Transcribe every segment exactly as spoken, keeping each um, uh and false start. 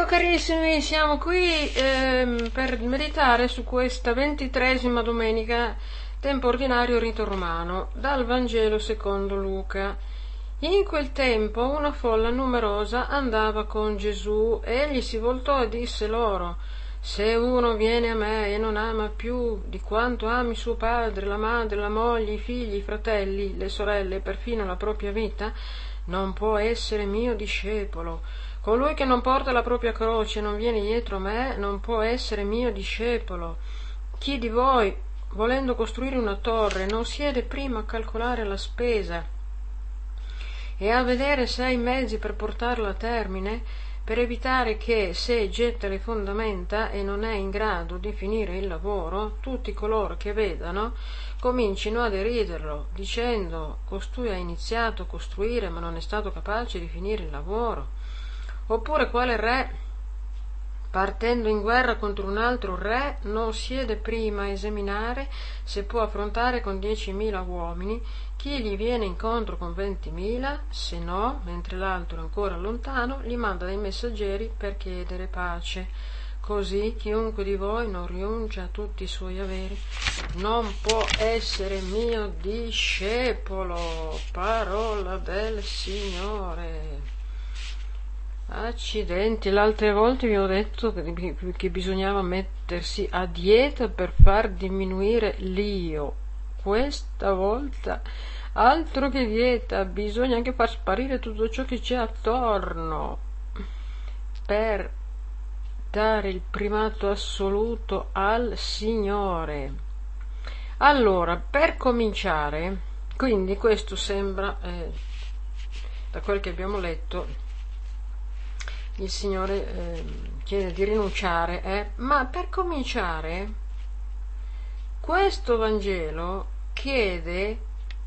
carissimi, siamo qui ehm, per meditare su questa ventitresima domenica, tempo ordinario rito romano, dal Vangelo secondo Luca. In quel tempo una folla numerosa andava con Gesù, egli si voltò e disse loro: se uno viene a me e non ama più di quanto ami suo padre, la madre, la moglie, i figli, i fratelli, le sorelle e perfino la propria vita, non può essere mio discepolo. Colui che non porta la propria croce e non viene dietro a me non può essere mio discepolo. Chi di voi, volendo costruire una torre, non siede prima a calcolare la spesa e a vedere se ha i mezzi per portarla a termine, per evitare che, se getta le fondamenta e non è in grado di finire il lavoro, tutti coloro che vedano comincino a deriderlo, dicendo: costui ha iniziato a costruire ma non è stato capace di finire il lavoro. Oppure quale re, partendo in guerra contro un altro re, non siede prima a esaminare se può affrontare con diecimila uomini chi gli viene incontro con ventimila, se no, mentre l'altro è ancora lontano, gli manda dei messaggeri per chiedere pace. Così chiunque di voi non rinuncia a tutti i suoi averi non può essere mio discepolo. Parola del Signore. Accidenti, le altre volte vi ho detto che, che bisognava mettersi a dieta per far diminuire l'io. Questa volta altro che dieta, bisogna anche far sparire tutto ciò che c'è attorno per dare il primato assoluto al Signore. Allora, per cominciare, quindi questo sembra, eh, da quel che abbiamo letto, il Signore eh, chiede di rinunciare, eh? ma per cominciare questo Vangelo chiede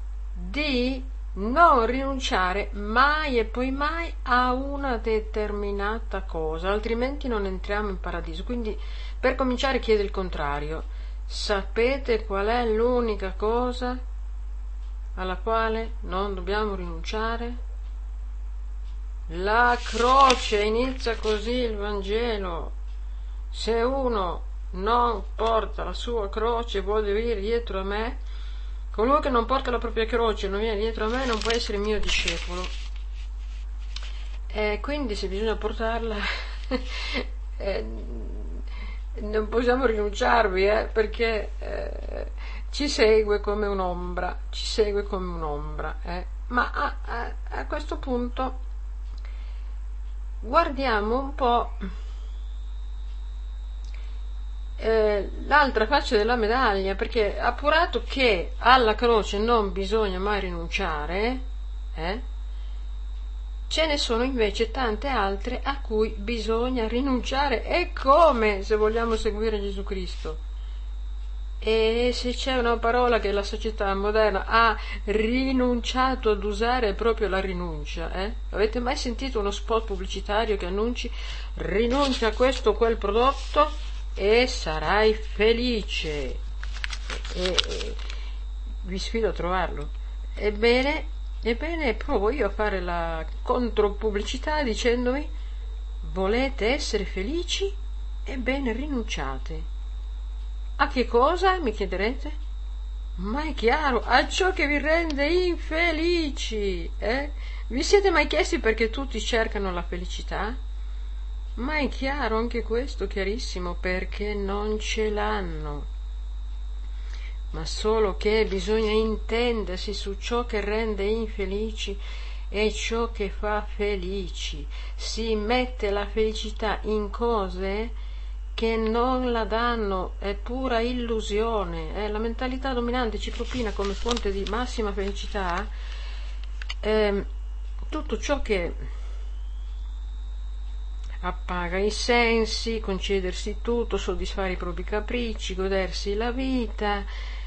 di non rinunciare mai e poi mai a una determinata cosa, altrimenti non entriamo in paradiso. Quindi per cominciare chiede il contrario. Sapete qual è l'unica cosa alla quale non dobbiamo rinunciare? La croce. Inizia così il Vangelo: se uno non porta la sua croce e vuole venire dietro a me, colui che non porta la propria croce e non viene dietro a me non può essere mio discepolo. E quindi se bisogna portarla eh, non possiamo rinunciarvi, eh, perché eh, ci segue come un'ombra, ci segue come un'ombra. Eh. Ma a, a, a questo punto guardiamo un po' eh, l'altra faccia della medaglia, perché appurato che alla croce non bisogna mai rinunciare, eh, ce ne sono invece tante altre a cui bisogna rinunciare, e come, se vogliamo seguire Gesù Cristo. E se c'è una parola che la società moderna ha rinunciato ad usare è proprio la rinuncia. Eh? Avete mai sentito uno spot pubblicitario che annunci: rinuncia a questo o quel prodotto e sarai felice? E, e, vi sfido a trovarlo. Ebbene, ebbene, provo io a fare la contropubblicità dicendovi: volete essere felici? Ebbene, rinunciate. A che cosa, mi chiederete? Ma è chiaro, a ciò che vi rende infelici. Eh? Vi siete mai chiesti perché tutti cercano la felicità? Ma è chiaro anche questo, chiarissimo, perché non ce l'hanno. Ma solo che bisogna intendersi su ciò che rende infelici e ciò che fa felici. Si mette la felicità in cose che non la danno, è pura illusione. È la mentalità dominante ci propina come fonte di massima felicità eh, tutto ciò che appaga i sensi, concedersi tutto, soddisfare i propri capricci, godersi la vita,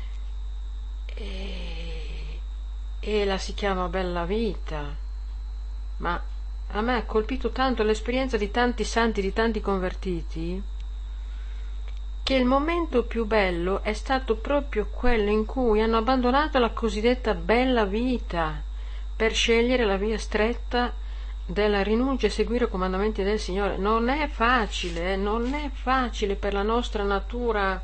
e, e la si chiama bella vita. Ma a me ha colpito tanto l'esperienza di tanti santi, di tanti convertiti, che il momento più bello è stato proprio quello in cui hanno abbandonato la cosiddetta bella vita per scegliere la via stretta della rinuncia e seguire i comandamenti del Signore. Non è facile, eh? Non è facile per la nostra natura,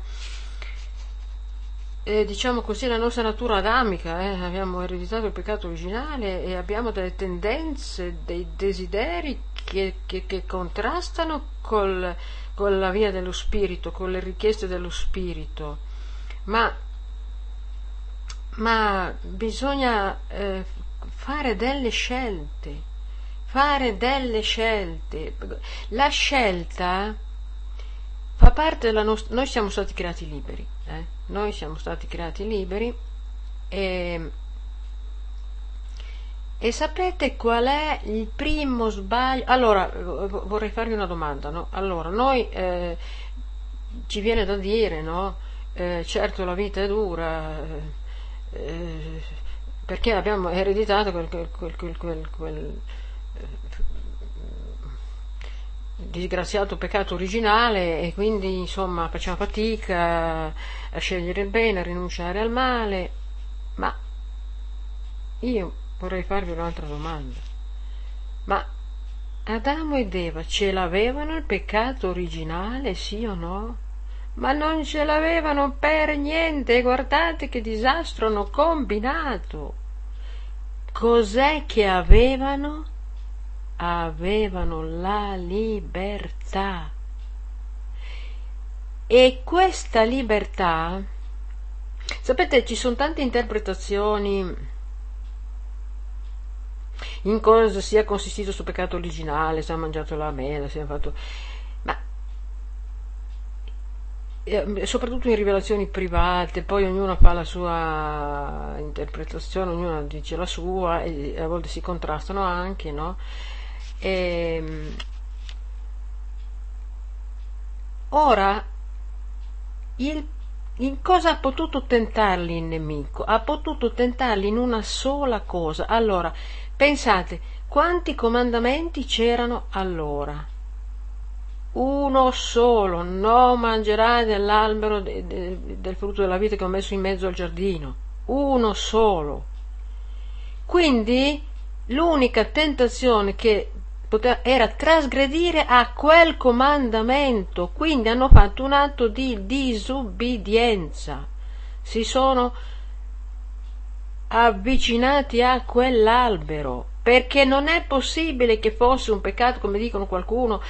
eh, diciamo così, la nostra natura adamica. Eh? Abbiamo ereditato il peccato originale e abbiamo delle tendenze, dei desideri che, che, che contrastano col, con la via dello spirito, con le richieste dello spirito. Ma, ma bisogna eh, fare delle scelte. Fare delle scelte. La scelta fa parte della nostra. Noi siamo stati creati liberi, eh? Noi siamo stati creati liberi e, e sapete qual è il primo sbaglio? Allora, vorrei farvi una domanda, no? Allora, noi eh, ci viene da dire, no? Eh, certo la vita è dura, eh, perché abbiamo ereditato quel, quel, quel, quel, quel, quel disgraziato peccato originale e quindi insomma facciamo fatica a scegliere il bene, a rinunciare al male. Ma io vorrei farvi un'altra domanda: ma Adamo ed Eva ce l'avevano il peccato originale, sì o no? Ma non ce l'avevano per niente, guardate che disastro hanno combinato. Cos'è che avevano? Avevano la libertà, e questa libertà, sapete, ci sono tante interpretazioni in cosa sia consistito questo peccato originale, se ha mangiato la mela, se ha fatto, ma eh, soprattutto in rivelazioni private, poi ognuno fa la sua interpretazione, ognuno dice la sua e a volte si contrastano anche, no? E, ora, il, in cosa ha potuto tentarli il nemico? Ha potuto tentarli in una sola cosa. Allora, pensate, quanti comandamenti c'erano allora? Uno solo: non mangerai dell'albero de, de, del frutto della vita che ho messo in mezzo al giardino. Uno solo. Quindi l'unica tentazione che era trasgredire a quel comandamento, quindi hanno fatto un atto di disubbidienza, si sono avvicinati a quell'albero, perché non è possibile che fosse un peccato, come dicono qualcuno,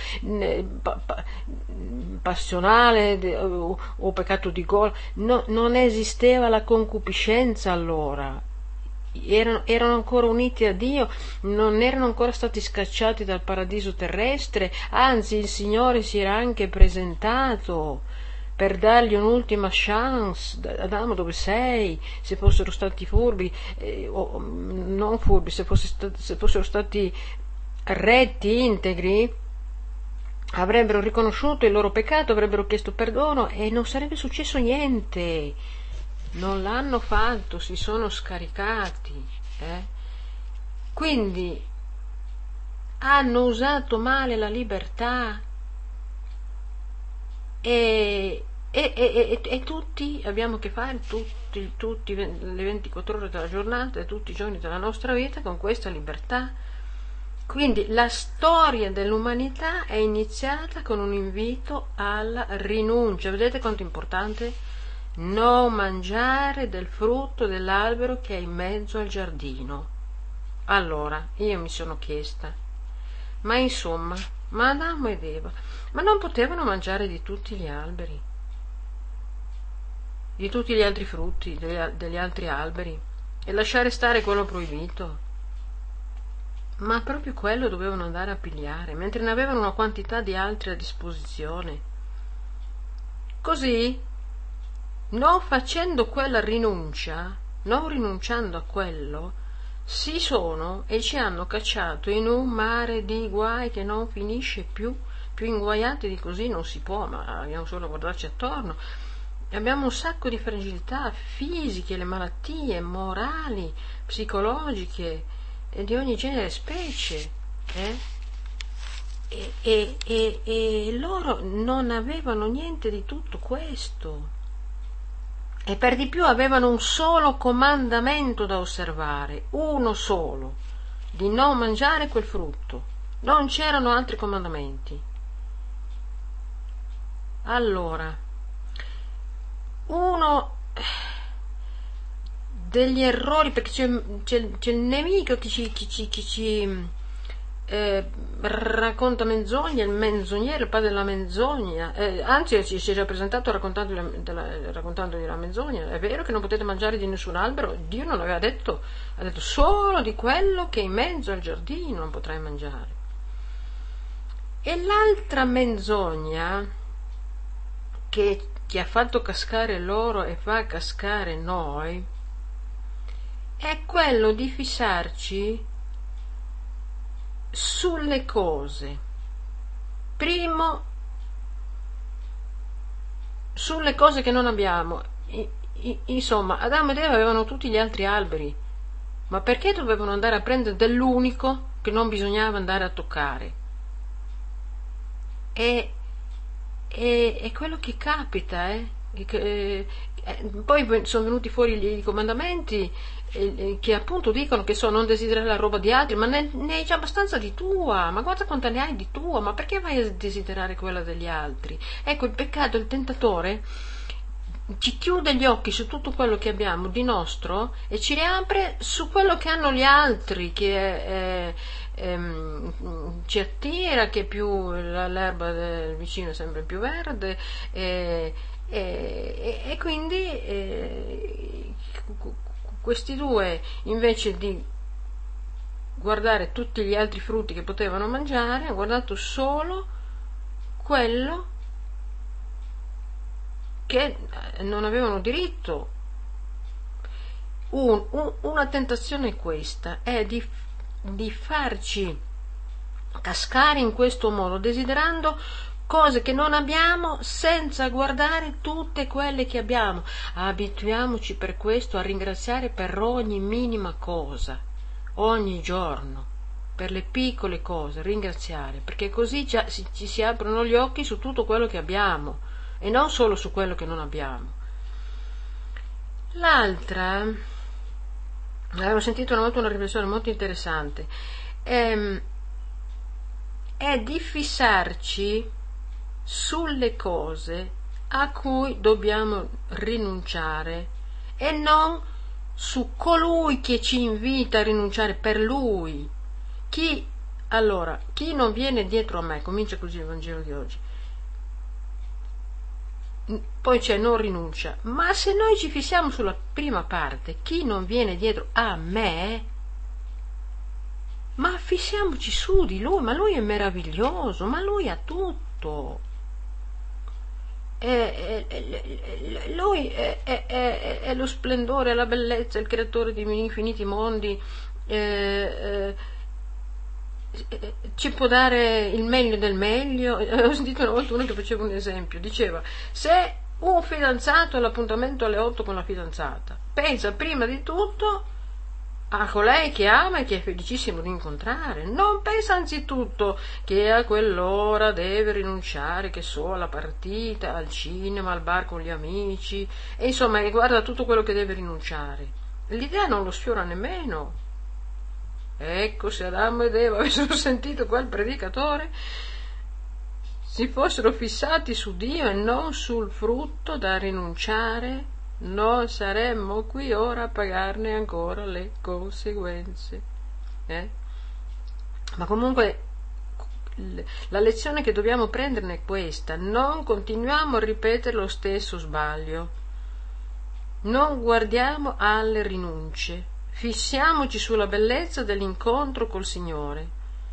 passionale o, o peccato di gola. No, non esisteva la concupiscenza allora. Erano, erano ancora uniti a Dio, non erano ancora stati scacciati dal paradiso terrestre, anzi il Signore si era anche presentato per dargli un'ultima chance. Adamo, dove sei? Se fossero stati furbi, eh, o non furbi, se, fosse sta, se fossero stati retti, integri, avrebbero riconosciuto il loro peccato, avrebbero chiesto perdono e non sarebbe successo niente. Non l'hanno fatto, si sono scaricati, eh? Quindi hanno usato male la libertà e, e, e, e, e tutti abbiamo a che fare, tutti, tutti le ventiquattro ore della giornata e tutti i giorni della nostra vita con questa libertà. Quindi la storia dell'umanità è iniziata con un invito alla rinuncia. Vedete quanto è importante? Non mangiare del frutto dell'albero che è in mezzo al giardino. Allora, io mi sono chiesta, ma insomma, ma Adamo ed Eva, ma non potevano mangiare di tutti gli alberi, di tutti gli altri frutti, degli, degli altri alberi, e lasciare stare quello proibito? Ma proprio quello dovevano andare a pigliare, mentre ne avevano una quantità di altri a disposizione. Così, non facendo quella rinuncia, non rinunciando a quello, si sono e ci hanno cacciato in un mare di guai che non finisce più. Più inguaiati di così non si può, ma abbiamo solo a guardarci attorno. Abbiamo un sacco di fragilità fisiche, le malattie morali, psicologiche e di ogni genere e specie, eh? e, e, e, e loro non avevano niente di tutto questo. E per di più avevano un solo comandamento da osservare, uno solo: di non mangiare quel frutto, non c'erano altri comandamenti. Allora, uno degli errori, perché c'è, c'è, c'è il nemico che ci, che ci, che ci eh, racconta menzogne, il menzognere, il padre della menzogna, eh, anzi ci si è già presentato raccontandogli, della, raccontandogli la menzogna. È vero che non potete mangiare di nessun albero, Dio non aveva detto, ha detto solo di quello che è in mezzo al giardino non potrai mangiare. E l'altra menzogna che, che ha fatto cascare loro e fa cascare noi è quello di fissarci sulle cose. Primo, sulle cose che non abbiamo. I, i, insomma, Adamo ed Eva avevano tutti gli altri alberi, ma perché dovevano andare a prendere dell'unico che non bisognava andare a toccare? E, e, è quello che capita, eh? E che, eh, poi sono venuti fuori i comandamenti eh, che appunto dicono che so non desiderare la roba di altri, ma ne, ne hai già abbastanza di tua, ma guarda quanta ne hai di tua, ma perché vai a desiderare quella degli altri? Ecco, il peccato, il tentatore ci chiude gli occhi su tutto quello che abbiamo di nostro e ci riapre su quello che hanno gli altri, che è, è, è, ci attira, che più l'erba del vicino è sempre più verde, e, e, e quindi e, questi due, invece di guardare tutti gli altri frutti che potevano mangiare, hanno guardato solo quello che non avevano diritto. Un, un, una tentazione è questa, è di, di farci cascare in questo modo, desiderando cose che non abbiamo senza guardare tutte quelle che abbiamo. Abituiamoci per questo a ringraziare per ogni minima cosa, ogni giorno, per le piccole cose, ringraziare, perché così già ci si aprono gli occhi su tutto quello che abbiamo e non solo su quello che non abbiamo. L'altra, avevo sentito una volta una riflessione molto interessante, è, è di fissarci sulle cose a cui dobbiamo rinunciare e non su colui che ci invita a rinunciare per lui. Chi, allora, chi non viene dietro a me, comincia così il Vangelo di oggi, poi c'è non rinuncia, ma se noi ci fissiamo sulla prima parte, chi non viene dietro a me, ma fissiamoci su di lui, ma lui è meraviglioso, ma lui ha tutto, è, è, è, lui è, è, è, è lo splendore, la bellezza, il creatore di infiniti mondi, eh, eh, ci può dare il meglio del meglio. Ho sentito una volta uno che faceva un esempio, diceva: se un fidanzato ha l'appuntamento alle otto con la fidanzata, pensa prima di tutto a colei che ama e che è felicissimo di incontrare, non pensa anzitutto che a quell'ora deve rinunciare, che so, alla partita, al cinema, al bar con gli amici, e insomma guarda tutto quello che deve rinunciare. L'idea non lo sfiora nemmeno. Ecco, se Adamo ed Eva avessero sentito quel predicatore, si fossero fissati su Dio e non sul frutto da rinunciare, non saremmo qui ora a pagarne ancora le conseguenze. Eh? Ma comunque la lezione che dobbiamo prenderne è questa: non continuiamo a ripetere lo stesso sbaglio, non guardiamo alle rinunce, fissiamoci sulla bellezza dell'incontro col Signore,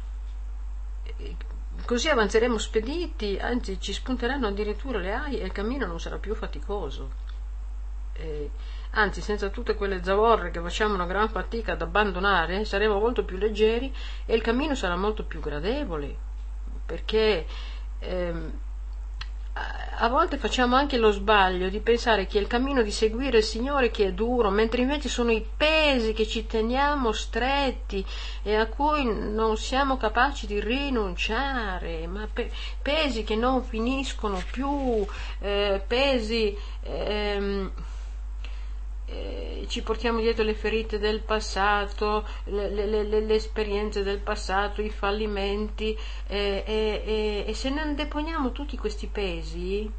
così avanzeremo spediti, anzi ci spunteranno addirittura le ali e il cammino non sarà più faticoso, eh, anzi senza tutte quelle zavorre che facciamo una gran fatica ad abbandonare saremo molto più leggeri e il cammino sarà molto più gradevole, perché ehm, a volte facciamo anche lo sbaglio di pensare che è il cammino di seguire il Signore che è duro, mentre invece sono i pesi che ci teniamo stretti e a cui non siamo capaci di rinunciare, ma pe- pesi che non finiscono più, eh, pesi ehm, eh, ci portiamo dietro le ferite del passato, le, le, le, le esperienze del passato, i fallimenti, eh, e, e, e se ne deponiamo tutti questi pesi,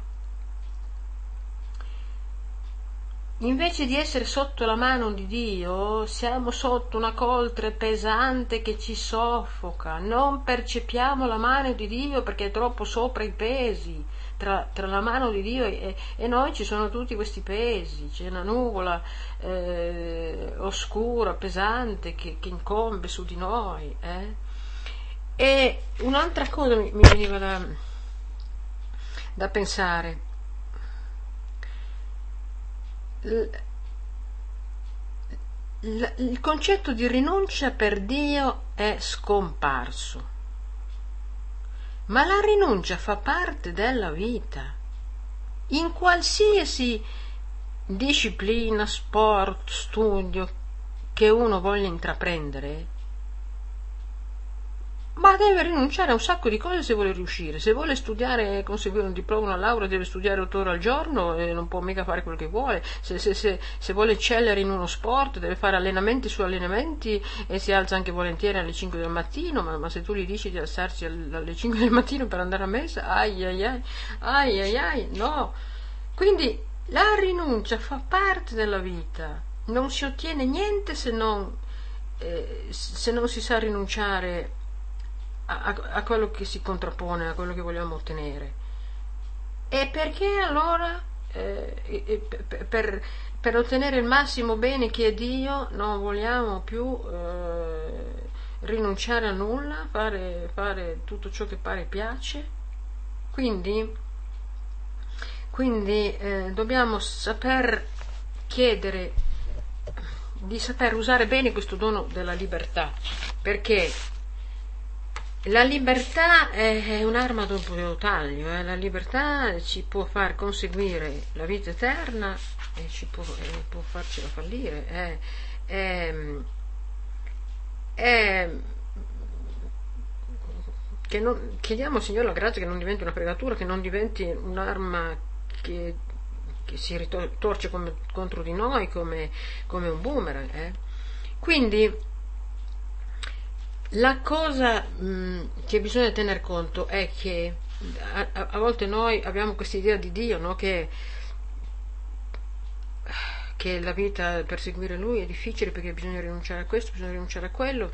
invece di essere sotto la mano di Dio, siamo sotto una coltre pesante che ci soffoca. Non percepiamo la mano di Dio perché è troppo sopra i pesi. Tra, tra la mano di Dio e, e noi ci sono tutti questi pesi. C'è una nuvola eh, oscura, pesante, che, che incombe su di noi. Eh? E un'altra cosa mi, mi veniva da, da pensare. Il concetto di rinuncia per Dio è scomparso, ma la rinuncia fa parte della vita. In qualsiasi disciplina, sport, studio che uno voglia intraprendere, ma deve rinunciare a un sacco di cose se vuole riuscire. Se vuole studiare, conseguire un diploma, una laurea, deve studiare otto ore al giorno e non può mica fare quello che vuole. Se, se, se, se vuole eccellere in uno sport, deve fare allenamenti su allenamenti e si alza anche volentieri alle cinque del mattino, ma, ma se tu gli dici di alzarsi alle cinque del mattino per andare a messa, ai ai ai, ai ai ai, no. Quindi la rinuncia fa parte della vita. Non si ottiene niente se non, eh, se non si sa rinunciare A, a quello che si contrappone, a quello che vogliamo ottenere. E perché allora eh, per, per ottenere il massimo bene che è Dio non vogliamo più eh, rinunciare a nulla, fare, fare tutto ciò che pare piace? Quindi, quindi eh, dobbiamo saper chiedere di saper usare bene questo dono della libertà, perché la libertà è un'arma a doppio taglio, eh? La libertà ci può far conseguire la vita eterna e ci può, e può farcela fallire. È, è, è, che non, chiediamo al Signore la grazia che non diventi una fregatura, che non diventi un'arma che, che si ritorce come, contro di noi come, come un boomerang. Eh? Quindi la cosa mh, che bisogna tener conto è che a, a, a volte noi abbiamo questa idea di Dio, no? che, che la vita per seguire Lui è difficile perché bisogna rinunciare a questo, bisogna rinunciare a quello.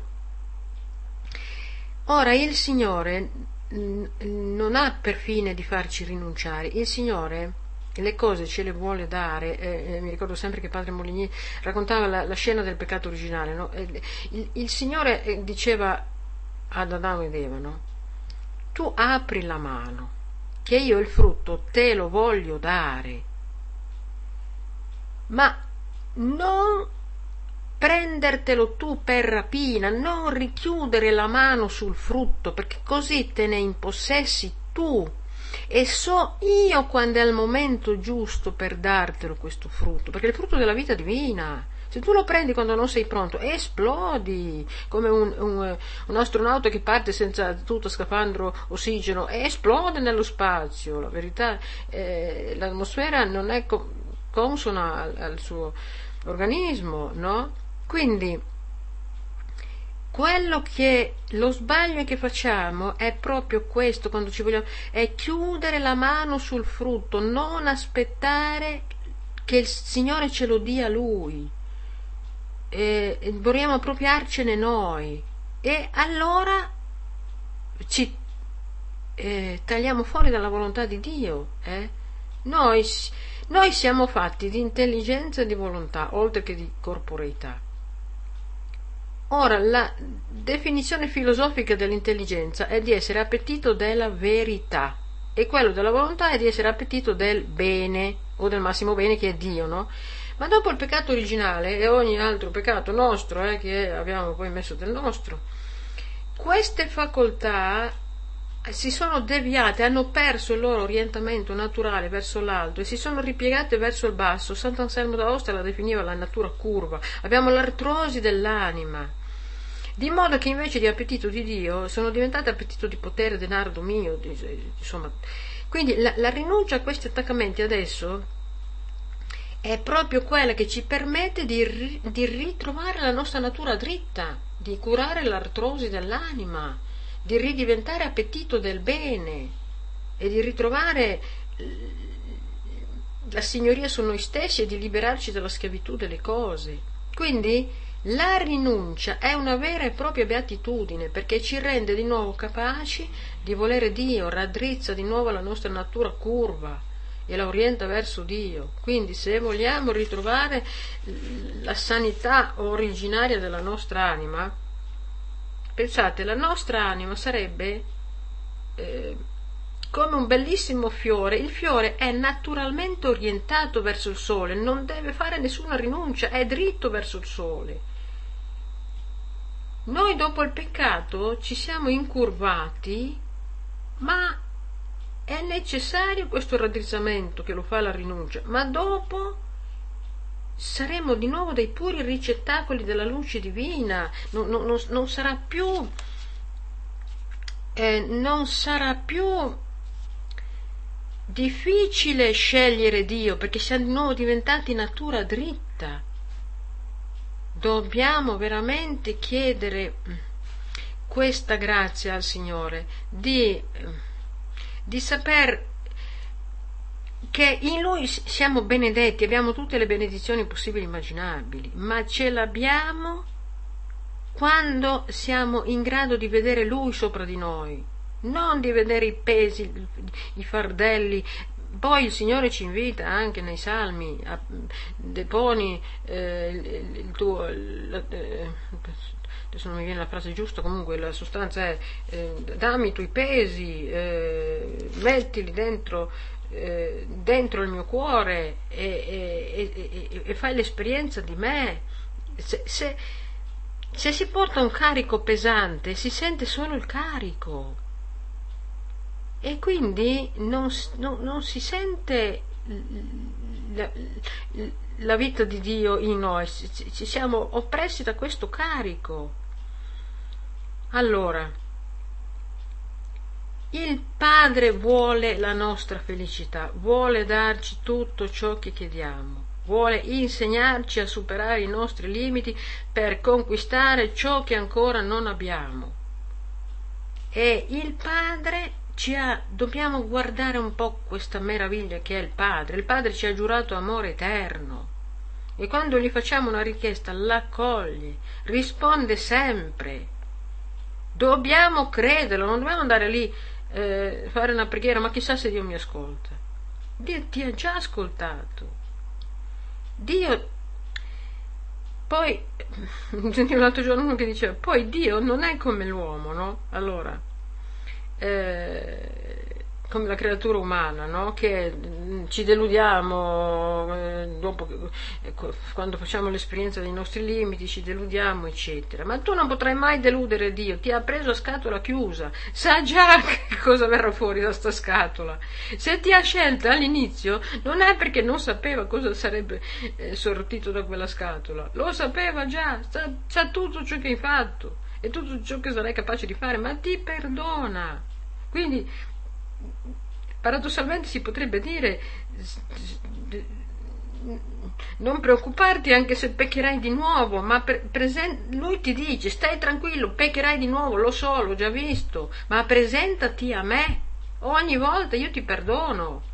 Ora il Signore mh, non ha per fine di farci rinunciare, il Signore le cose ce le vuole dare. Eh, mi ricordo sempre che padre Moligny raccontava la, la scena del peccato originale, no? il, il, il Signore diceva ad Adamo ed Eva, no? Tu apri la mano che io il frutto te lo voglio dare, ma non prendertelo tu per rapina, non richiudere la mano sul frutto, perché così te ne impossessi tu. E so io quando è il momento giusto per dartelo questo frutto, perché è il frutto della vita divina. Se tu lo prendi quando non sei pronto, esplodi come un, un, un astronauta che parte senza tutto scafandro, ossigeno, e esplode nello spazio. La verità, eh, l'atmosfera non è co- consona al, al suo organismo, no? Quindi quello che lo sbaglio che facciamo è proprio questo, quando ci vogliamo, è chiudere la mano sul frutto, non aspettare che il Signore ce lo dia Lui, e, e vorremmo appropriarcene noi, e allora ci eh, tagliamo fuori dalla volontà di Dio. Eh? Noi, noi siamo fatti di intelligenza e di volontà, oltre che di corporeità. Ora, la definizione filosofica dell'intelligenza è di essere appetito della verità, e quello della volontà è di essere appetito del bene, o del massimo bene che è Dio, no? Ma dopo il peccato originale e ogni altro peccato nostro, eh, che abbiamo poi messo del nostro, queste facoltà si sono deviate, hanno perso il loro orientamento naturale verso l'alto e si sono ripiegate verso il basso. Sant'Anselmo d'Aosta la definiva la natura curva. Abbiamo l'artrosi dell'anima, di modo che invece di appetito di Dio sono diventate appetito di potere, denaro, dominio, insomma. Quindi la, la rinuncia a questi attaccamenti adesso è proprio quella che ci permette di, ri- di ritrovare la nostra natura dritta, di curare l'artrosi dell'anima, di ridiventare appetito del bene e di ritrovare la signoria su noi stessi e di liberarci dalla schiavitù delle cose. Quindi la rinuncia è una vera e propria beatitudine, perché ci rende di nuovo capaci di volere Dio, raddrizza di nuovo la nostra natura curva e la orienta verso Dio. Quindi se vogliamo ritrovare la sanità originaria della nostra anima, pensate, la nostra anima sarebbe eh, come un bellissimo fiore. Il fiore è naturalmente orientato verso il sole, non deve fare nessuna rinuncia, è dritto verso il sole. Noi dopo il peccato ci siamo incurvati, ma è necessario questo raddrizzamento che lo fa la rinuncia, ma dopo saremo di nuovo dei puri ricettacoli della luce divina, non, non, non sarà più eh, non sarà più difficile scegliere Dio, perché siamo di nuovo diventati natura dritta. Dobbiamo veramente chiedere questa grazia al Signore di, di saper che in Lui siamo benedetti, abbiamo tutte le benedizioni possibili e immaginabili, ma ce l'abbiamo quando siamo in grado di vedere Lui sopra di noi, non di vedere i pesi, i fardelli. Poi il Signore ci invita anche nei Salmi a deponi eh, il, il tuo la, eh, adesso non mi viene la frase giusta, comunque la sostanza è eh, dammi i tuoi pesi, eh, mettili dentro eh, dentro il mio cuore e, e, e, e fai l'esperienza di me. Se, se, se si porta un carico pesante si sente solo il carico e quindi non, non, non si sente la, la vita di Dio in noi, ci siamo oppressi da questo carico. Allora, il Padre vuole la nostra felicità, vuole darci tutto ciò che chiediamo, vuole insegnarci a superare i nostri limiti per conquistare ciò che ancora non abbiamo. E il Padre ci ha, dobbiamo guardare un po' questa meraviglia che è il Padre. Il Padre ci ha giurato amore eterno e quando gli facciamo una richiesta l'accoglie, risponde sempre. Dobbiamo crederlo, non dobbiamo andare lì eh, fare una preghiera, ma chissà se Dio mi ascolta. Dio ti ha già ascoltato. Dio, poi sentivo l'altro giorno uno che diceva, poi Dio non è come l'uomo, no? Allora, eh, come la creatura umana, no? Che ci deludiamo eh, dopo, eh, quando facciamo l'esperienza dei nostri limiti, ci deludiamo, eccetera. Ma tu non potrai mai deludere Dio, ti ha preso a scatola chiusa, sa già che cosa verrà fuori da sta scatola. Se ti ha scelta all'inizio, non è perché non sapeva cosa sarebbe eh, sortito da quella scatola, lo sapeva già, sa, sa tutto ciò che hai fatto e tutto ciò che sarai capace di fare, ma ti perdona. Quindi paradossalmente si potrebbe dire non preoccuparti anche se peccherai di nuovo, ma pre- presen- lui ti dice stai tranquillo, peccherai di nuovo, lo so, l'ho già visto, ma presentati a me, ogni volta io ti perdono.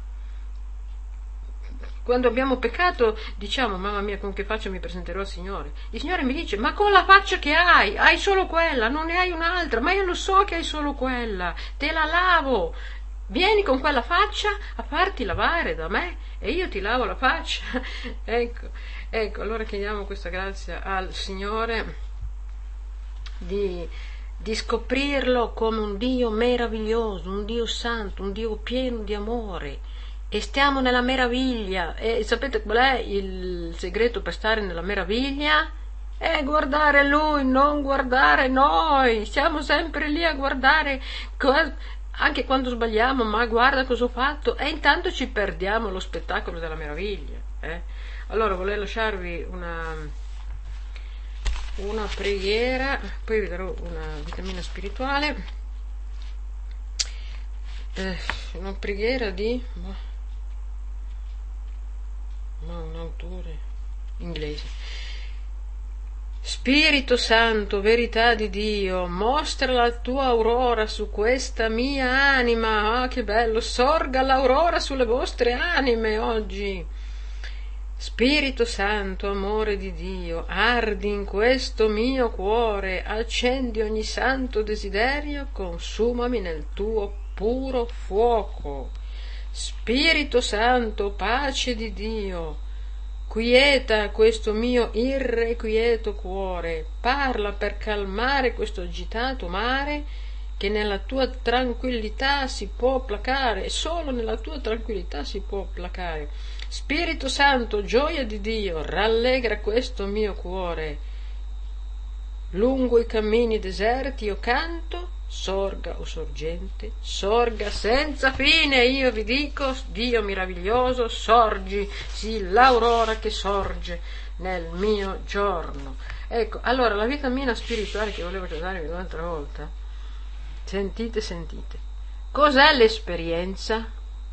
Quando abbiamo peccato diciamo mamma mia con che faccia mi presenterò al Signore, il Signore mi dice ma con la faccia che hai, hai solo quella, non ne hai un'altra, ma io lo so che hai solo quella, te la lavo, vieni con quella faccia a farti lavare da me e io ti lavo la faccia. ecco, ecco, allora chiediamo questa grazia al Signore di, di scoprirlo come un Dio meraviglioso, un Dio santo, un Dio pieno di amore. E stiamo nella meraviglia. E sapete qual è il segreto per stare nella meraviglia? È guardare Lui, non guardare noi. Siamo sempre lì a guardare, anche quando sbagliamo, ma guarda cosa ho fatto. E intanto ci perdiamo lo spettacolo della meraviglia. Eh? Allora vorrei lasciarvi una, una preghiera, poi vi darò una vitamina spirituale. Eh, una preghiera di... ma un autore traduttore inglese. Spirito Santo, verità di Dio, mostra la tua aurora su questa mia anima. Ah, che bello, sorga l'aurora sulle vostre anime oggi. Spirito Santo, amore di Dio, ardi in questo mio cuore, accendi ogni santo desiderio, consumami nel tuo puro fuoco. Spirito Santo, pace di Dio, quieta questo mio irrequieto cuore, parla per calmare questo agitato mare che nella tua tranquillità si può placare, solo nella tua tranquillità si può placare. Spirito Santo, gioia di Dio, rallegra questo mio cuore. Lungo i cammini deserti io canto, sorga o sorgente, sorga senza fine, io vi dico, Dio meraviglioso, sorgi, sì, l'aurora che sorge nel mio giorno. Ecco, allora la vitamina spirituale che volevo darvi un'altra volta, sentite, sentite, cos'è l'esperienza?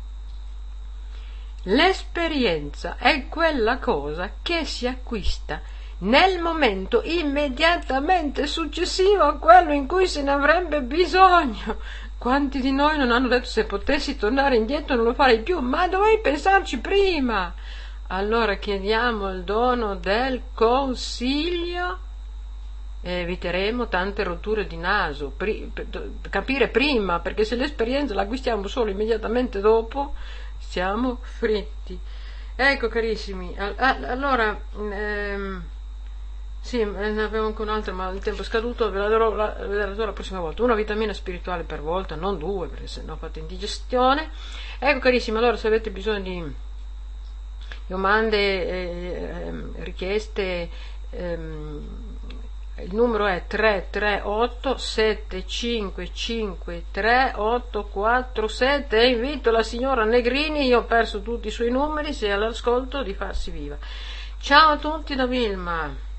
L'esperienza è quella cosa che si acquista nel momento immediatamente successivo a quello in cui se ne avrebbe bisogno. Quanti di noi non hanno detto se potessi tornare indietro non lo farei più, ma dovevi pensarci prima. Allora chiediamo il dono del consiglio e eviteremo tante rotture di naso. Pri- capire prima, perché se l'esperienza la acquistiamo solo immediatamente dopo siamo fritti. Ecco carissimi, allora ehm, sì, ne avevo anche un'altra, ma il tempo è scaduto, ve la darò la, ve la, darò la prossima volta. Una vitamina spirituale per volta, non due, perché sennò fate indigestione. Ecco carissimi, allora se avete bisogno di domande, eh, richieste, ehm, il numero è tre tre otto sette cinque cinque tre otto quattro sette e invito la signora Negrini, io ho perso tutti i suoi numeri, se è all'ascolto, di farsi viva. Ciao a tutti da Vilma.